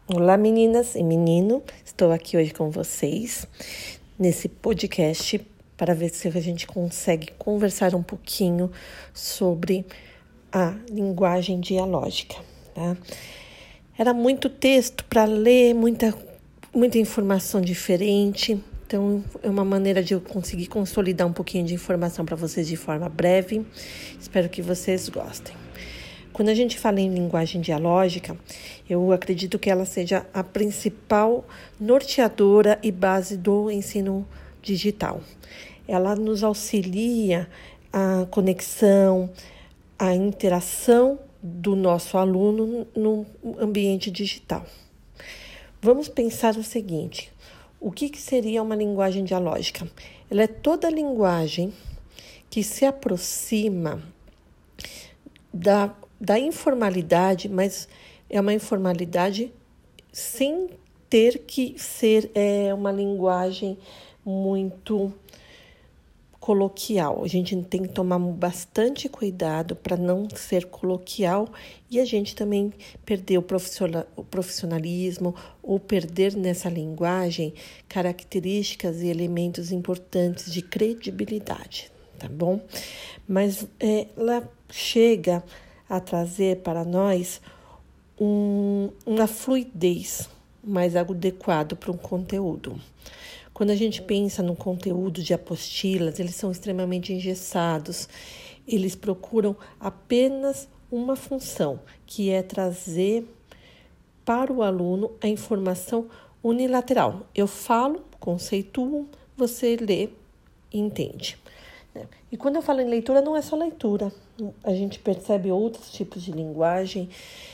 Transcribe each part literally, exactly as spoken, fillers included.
Olá, meninas e menino, estou aqui hoje com vocês nesse podcast para ver se a gente consegue conversar um pouquinho sobre a linguagem dialógica, tá? Era muito texto para ler, muita, muita informação diferente, então é uma maneira de eu conseguir consolidar um pouquinho de informação para vocês de forma breve. Espero que vocês gostem. Quando a gente fala em linguagem dialógica, eu acredito que ela seja a principal norteadora e base do ensino digital. Ela nos auxilia a conexão, a interação do nosso aluno no ambiente digital. Vamos pensar o seguinte: o que, que seria uma linguagem dialógica? Ela é toda linguagem que se aproxima da da informalidade, mas é uma informalidade sem ter que ser é, uma linguagem muito coloquial. A gente tem que tomar bastante cuidado para não ser coloquial e a gente também perder o profissionalismo ou perder nessa linguagem características e elementos importantes de credibilidade, tá bom? Mas é, ela chega a trazer para nós um, uma fluidez mais adequada para um conteúdo. Quando a gente pensa no conteúdo de apostilas, eles são extremamente engessados, eles procuram apenas uma função, que é trazer para o aluno a informação unilateral. Eu falo, conceituo, você lê e entende. E quando eu falo em leitura, não é só leitura. A gente percebe outros tipos de linguagem,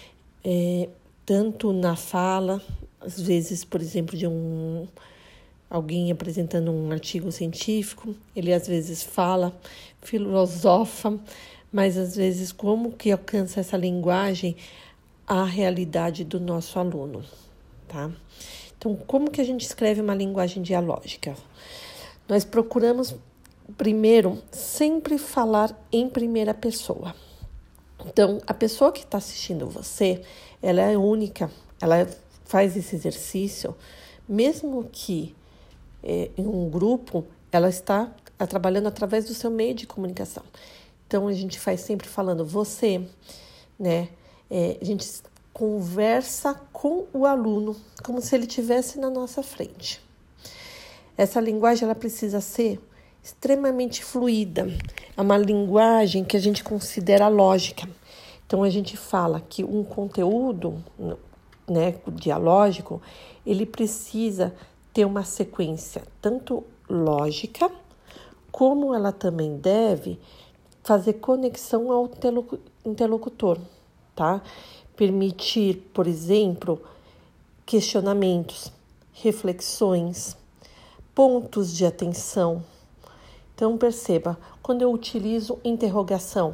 é, tanto na fala, às vezes, por exemplo, de um alguém apresentando um artigo científico, ele às vezes fala, filosofa, mas às vezes como que alcança essa linguagem a realidade do nosso aluno, tá? Então, como que a gente escreve uma linguagem dialógica? Nós procuramos primeiro, sempre falar em primeira pessoa. Então, a pessoa que está assistindo você, ela é única, ela faz esse exercício, mesmo que é, em um grupo, ela está trabalhando através do seu meio de comunicação. Então, a gente faz sempre falando você, né? É, a gente conversa com o aluno, como se ele estivesse na nossa frente. Essa linguagem, ela precisa ser extremamente fluida, é uma linguagem que a gente considera lógica. Então, a gente fala que um conteúdo, né, dialógico, ele precisa ter uma sequência tanto lógica, como ela também deve fazer conexão ao interlocutor, tá? Permitir, por exemplo, questionamentos, reflexões, pontos de atenção. Então, perceba, quando eu utilizo interrogação,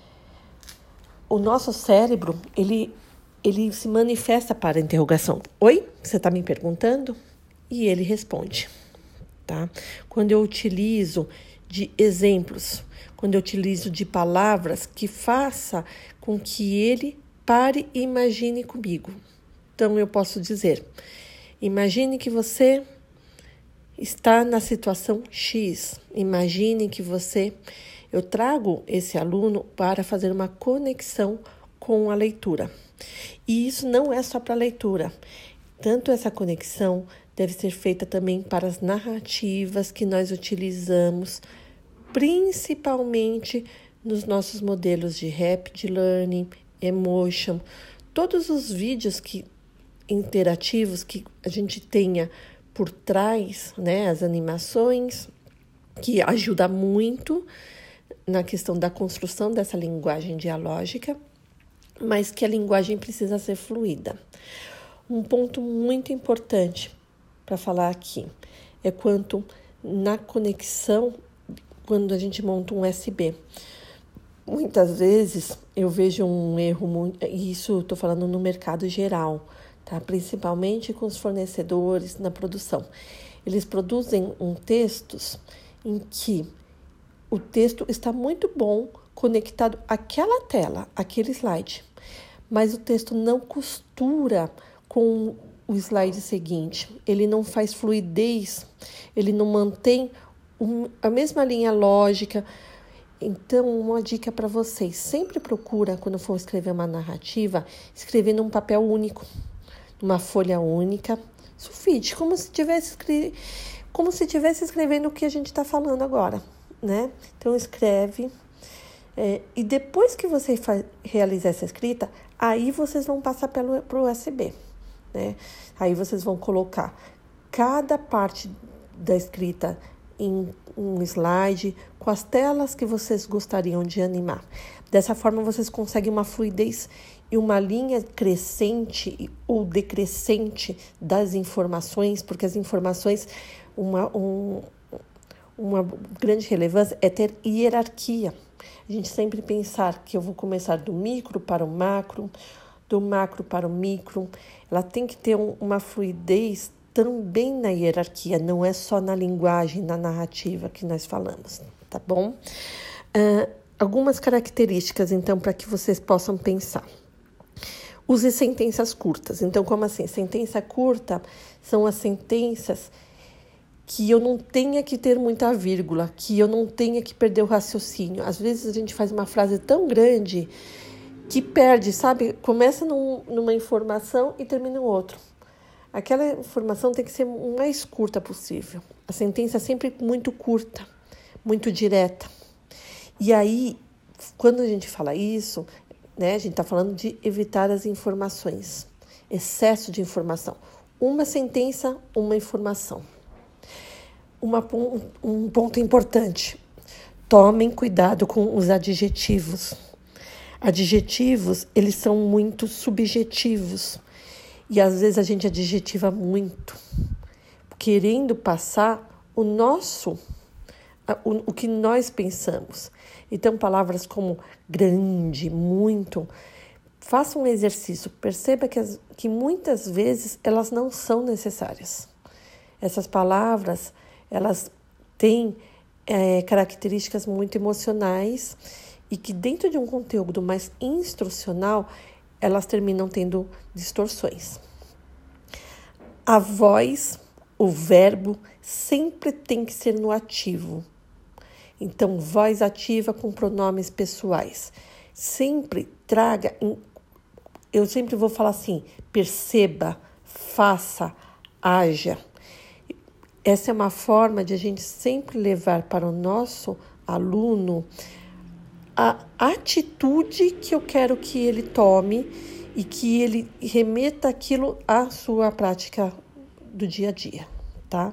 o nosso cérebro, ele, ele se manifesta para a interrogação. Oi, você está me perguntando? E ele responde, tá? Quando eu utilizo de exemplos, quando eu utilizo de palavras que faça com que ele pare e imagine comigo. Então, eu posso dizer, imagine que você está na situação X. Imagine que você... Eu trago esse aluno para fazer uma conexão com a leitura. E isso não é só para a leitura. Tanto essa conexão deve ser feita também para as narrativas que nós utilizamos, principalmente nos nossos modelos de Rapid Learning, Emotion, todos os vídeos que, interativos que a gente tenha por trás, né, as animações, que ajuda muito na questão da construção dessa linguagem dialógica, mas que a linguagem precisa ser fluida. Um ponto muito importante para falar aqui é quanto na conexão, quando a gente monta um S B. Muitas vezes eu vejo um erro, e isso estou falando no mercado geral, tá? Principalmente com os fornecedores na produção. Eles produzem um textos em que o texto está muito bom conectado àquela tela, àquele slide, mas o texto não costura com o slide seguinte. Ele não faz fluidez, ele não mantém um, a mesma linha lógica. Então, uma dica para vocês, sempre procura, quando for escrever uma narrativa, escrever num papel único, numa folha única, sulfite, como se tivesse, como se tivesse escrevendo o que a gente está falando agora, né? Então, escreve, é, e depois que você fa- realizar essa escrita, aí vocês vão passar pelo pro U S B, né? Aí vocês vão colocar cada parte da escrita em um slide, com as telas que vocês gostariam de animar. Dessa forma, vocês conseguem uma fluidez e uma linha crescente ou decrescente das informações, porque as informações, uma, um, uma grande relevância é ter hierarquia. A gente sempre pensar que eu vou começar do micro para o macro, do macro para o micro. Ela tem que ter um, uma fluidez também na hierarquia, não é só na linguagem, na narrativa que nós falamos, tá bom? Uh, algumas características, então, para que vocês possam pensar. Use sentenças curtas. Então, como assim? Sentença curta são as sentenças que eu não tenha que ter muita vírgula, que eu não tenha que perder o raciocínio. Às vezes a gente faz uma frase tão grande que perde, sabe? Começa num, numa informação e termina em outro. Aquela informação tem que ser o mais curta possível. A sentença é sempre muito curta, muito direta. E aí, quando a gente fala isso, né, a gente está falando de evitar as informações, excesso de informação. Uma sentença, uma informação. Uma, um ponto importante, tomem cuidado com os adjetivos. Adjetivos, eles são muito subjetivos. E às vezes a gente adjetiva muito, querendo passar o nosso, o, o que nós pensamos. Então, palavras como grande, muito, faça um exercício. Perceba que, as, que muitas vezes elas não são necessárias. Essas palavras, elas têm é, características muito emocionais e que dentro de um conteúdo mais instrucional, elas terminam tendo distorções. A voz, o verbo, sempre tem que ser no ativo. Então, voz ativa com pronomes pessoais. Sempre traga, eu sempre vou falar assim, perceba, faça, haja. Essa é uma forma de a gente sempre levar para o nosso aluno a atitude que eu quero que ele tome e que ele remeta aquilo à sua prática do dia a dia, tá?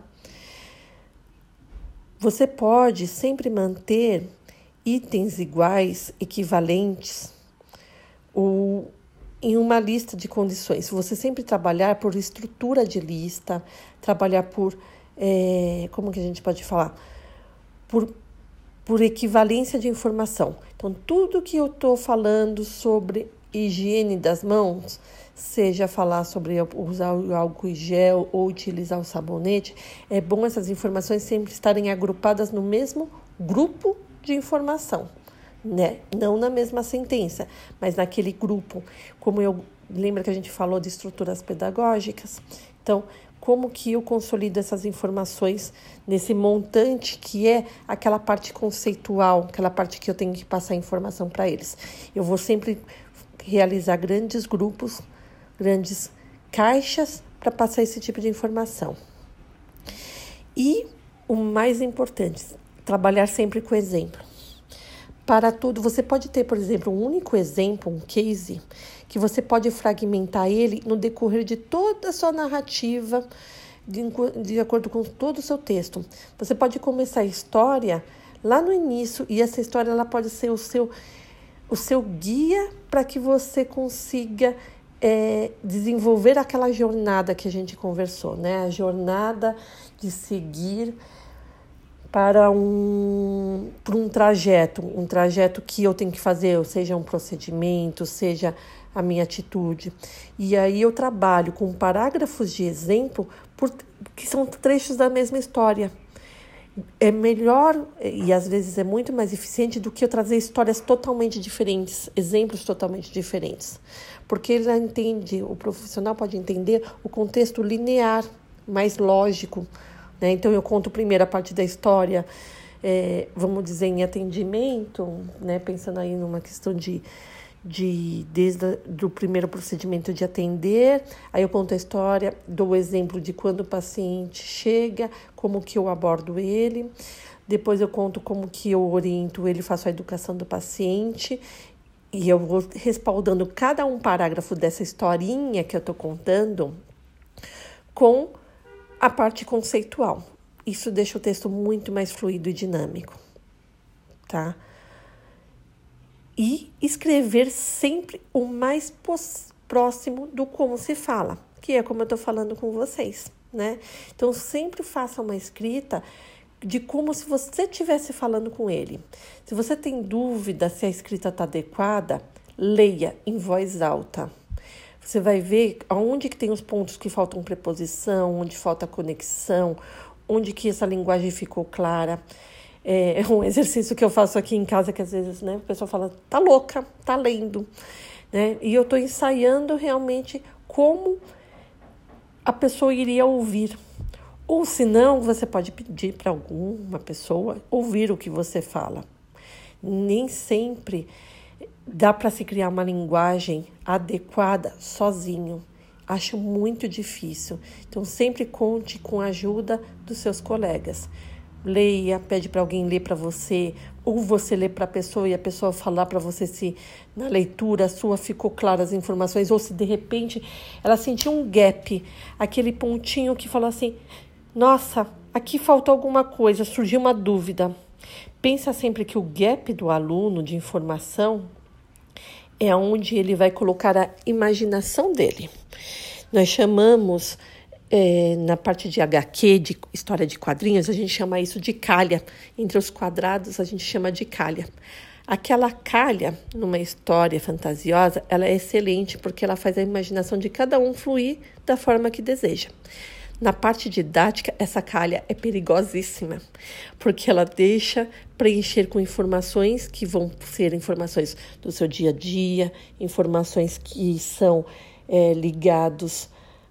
Você pode sempre manter itens iguais, equivalentes, ou em uma lista de condições. Você sempre trabalhar por estrutura de lista, trabalhar por, é, como que a gente pode falar? Por por equivalência de informação. Então, tudo que eu estou falando sobre higiene das mãos, seja falar sobre usar o álcool em gel ou utilizar o sabonete, é bom essas informações sempre estarem agrupadas no mesmo grupo de informação, né? Não na mesma sentença, mas naquele grupo. Como eu lembro que a gente falou de estruturas pedagógicas, então, como que eu consolido essas informações nesse montante que é aquela parte conceitual, aquela parte que eu tenho que passar informação para eles. Eu vou sempre realizar grandes grupos, grandes caixas para passar esse tipo de informação. E o mais importante, trabalhar sempre com exemplo. Para tudo, você pode ter, por exemplo, um único exemplo, um case, que você pode fragmentar ele no decorrer de toda a sua narrativa, de, de acordo com todo o seu texto. Você pode começar a história lá no início, e essa história ela pode ser o seu, o seu guia para que você consiga é, desenvolver aquela jornada que a gente conversou, né? A jornada de seguir para um, para um trajeto, um trajeto que eu tenho que fazer, seja um procedimento, seja a minha atitude. E aí eu trabalho com parágrafos de exemplo, por, que são trechos da mesma história. é melhor e às vezes é muito mais eficiente do que eu trazer histórias totalmente diferentes, exemplos totalmente diferentes. Porque ele entende, o profissional pode entender o contexto linear, mais lógico, né? Então eu conto primeiro a parte da história, é, vamos dizer, em atendimento, né? Pensando aí numa questão de, de desde o primeiro procedimento de atender, aí eu conto a história, dou o exemplo de quando o paciente chega, como que eu abordo ele, depois eu conto como que eu oriento ele, faço a educação do paciente, e eu vou respaldando cada um parágrafo dessa historinha que eu estou contando com a parte conceitual. Isso deixa o texto muito mais fluido e dinâmico, tá? E escrever sempre o mais pos- próximo do como se fala, que é como eu estou falando com vocês, né? Então, sempre faça uma escrita de como se você estivesse falando com ele. Se você tem dúvida se a escrita está adequada, leia em voz alta. Você vai ver aonde que tem os pontos que faltam preposição, onde falta conexão, onde que essa linguagem ficou clara. É um exercício que eu faço aqui em casa, que às vezes, né, o pessoal fala, tá louca, tá lendo, né? E eu estou ensaiando realmente como a pessoa iria ouvir. Ou se não, você pode pedir para alguma pessoa ouvir o que você fala. Nem sempre dá para se criar uma linguagem adequada sozinho. Acho muito difícil. Então, sempre conte com a ajuda dos seus colegas. Leia, pede para alguém ler para você, ou você lê para a pessoa e a pessoa falar para você se na leitura sua ficou clara as informações, ou se de repente ela sentiu um gap, aquele pontinho que falou assim, nossa, aqui faltou alguma coisa, surgiu uma dúvida. Pensa sempre que o gap do aluno de informação é onde ele vai colocar a imaginação dele. Nós chamamos, é, na parte de agá quê, de história de quadrinhos, a gente chama isso de calha. Entre os quadrados, a gente chama de calha. Aquela calha, numa história fantasiosa, ela é excelente porque ela faz a imaginação de cada um fluir da forma que deseja. Na parte didática, essa calha é perigosíssima, porque ela deixa preencher com informações que vão ser informações do seu dia a dia, informações que são é, ligados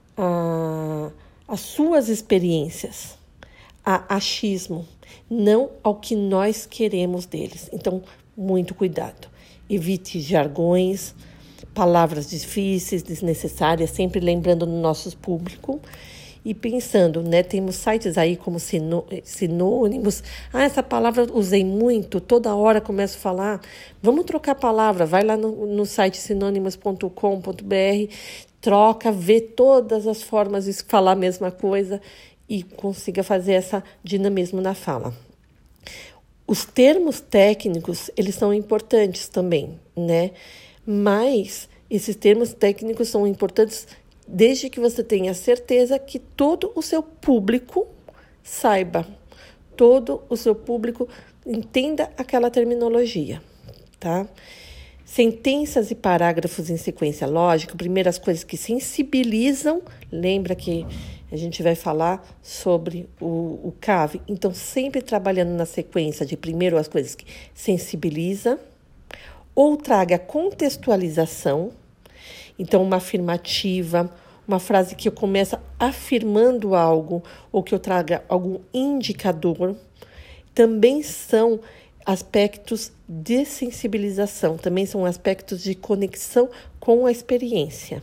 às suas experiências, a achismo, não ao que nós queremos deles. Então, muito cuidado. Evite jargões, palavras difíceis, desnecessárias, sempre lembrando no nosso público. E pensando, né, temos sites aí como sinônimos. Ah, essa palavra usei muito, toda hora começo a falar. Vamos trocar a palavra, vai lá no, no site sinônimos ponto com ponto b r, troca, vê todas as formas de falar a mesma coisa e consiga fazer essa dinamismo na fala. Os termos técnicos, eles são importantes também, né? Mas esses termos técnicos são importantes desde que você tenha certeza que todo o seu público saiba, todo o seu público entenda aquela terminologia, tá? Sentenças e parágrafos em sequência lógica, primeiras coisas que sensibilizam, lembra que a gente vai falar sobre o, o C A V, então sempre trabalhando na sequência de primeiro as coisas que sensibiliza, ou traga contextualização. Então, uma afirmativa, uma frase que eu começo afirmando algo ou que eu traga algum indicador, também são aspectos de sensibilização, também são aspectos de conexão com a experiência.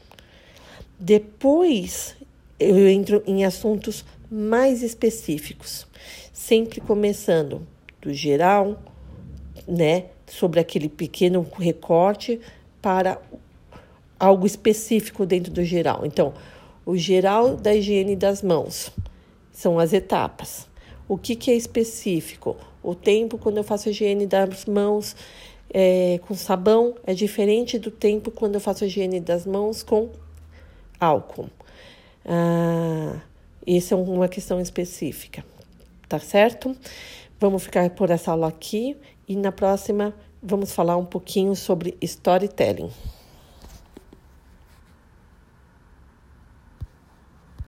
Depois, eu entro em assuntos mais específicos, sempre começando do geral, né, sobre aquele pequeno recorte para algo específico dentro do geral. Então, o geral da higiene das mãos são as etapas. O que, que é específico? O tempo quando eu faço a higiene das mãos é, com sabão é diferente do tempo quando eu faço a higiene das mãos com álcool. Ah, essa é uma questão específica, tá certo? Vamos ficar por essa aula aqui e na próxima vamos falar um pouquinho sobre storytelling.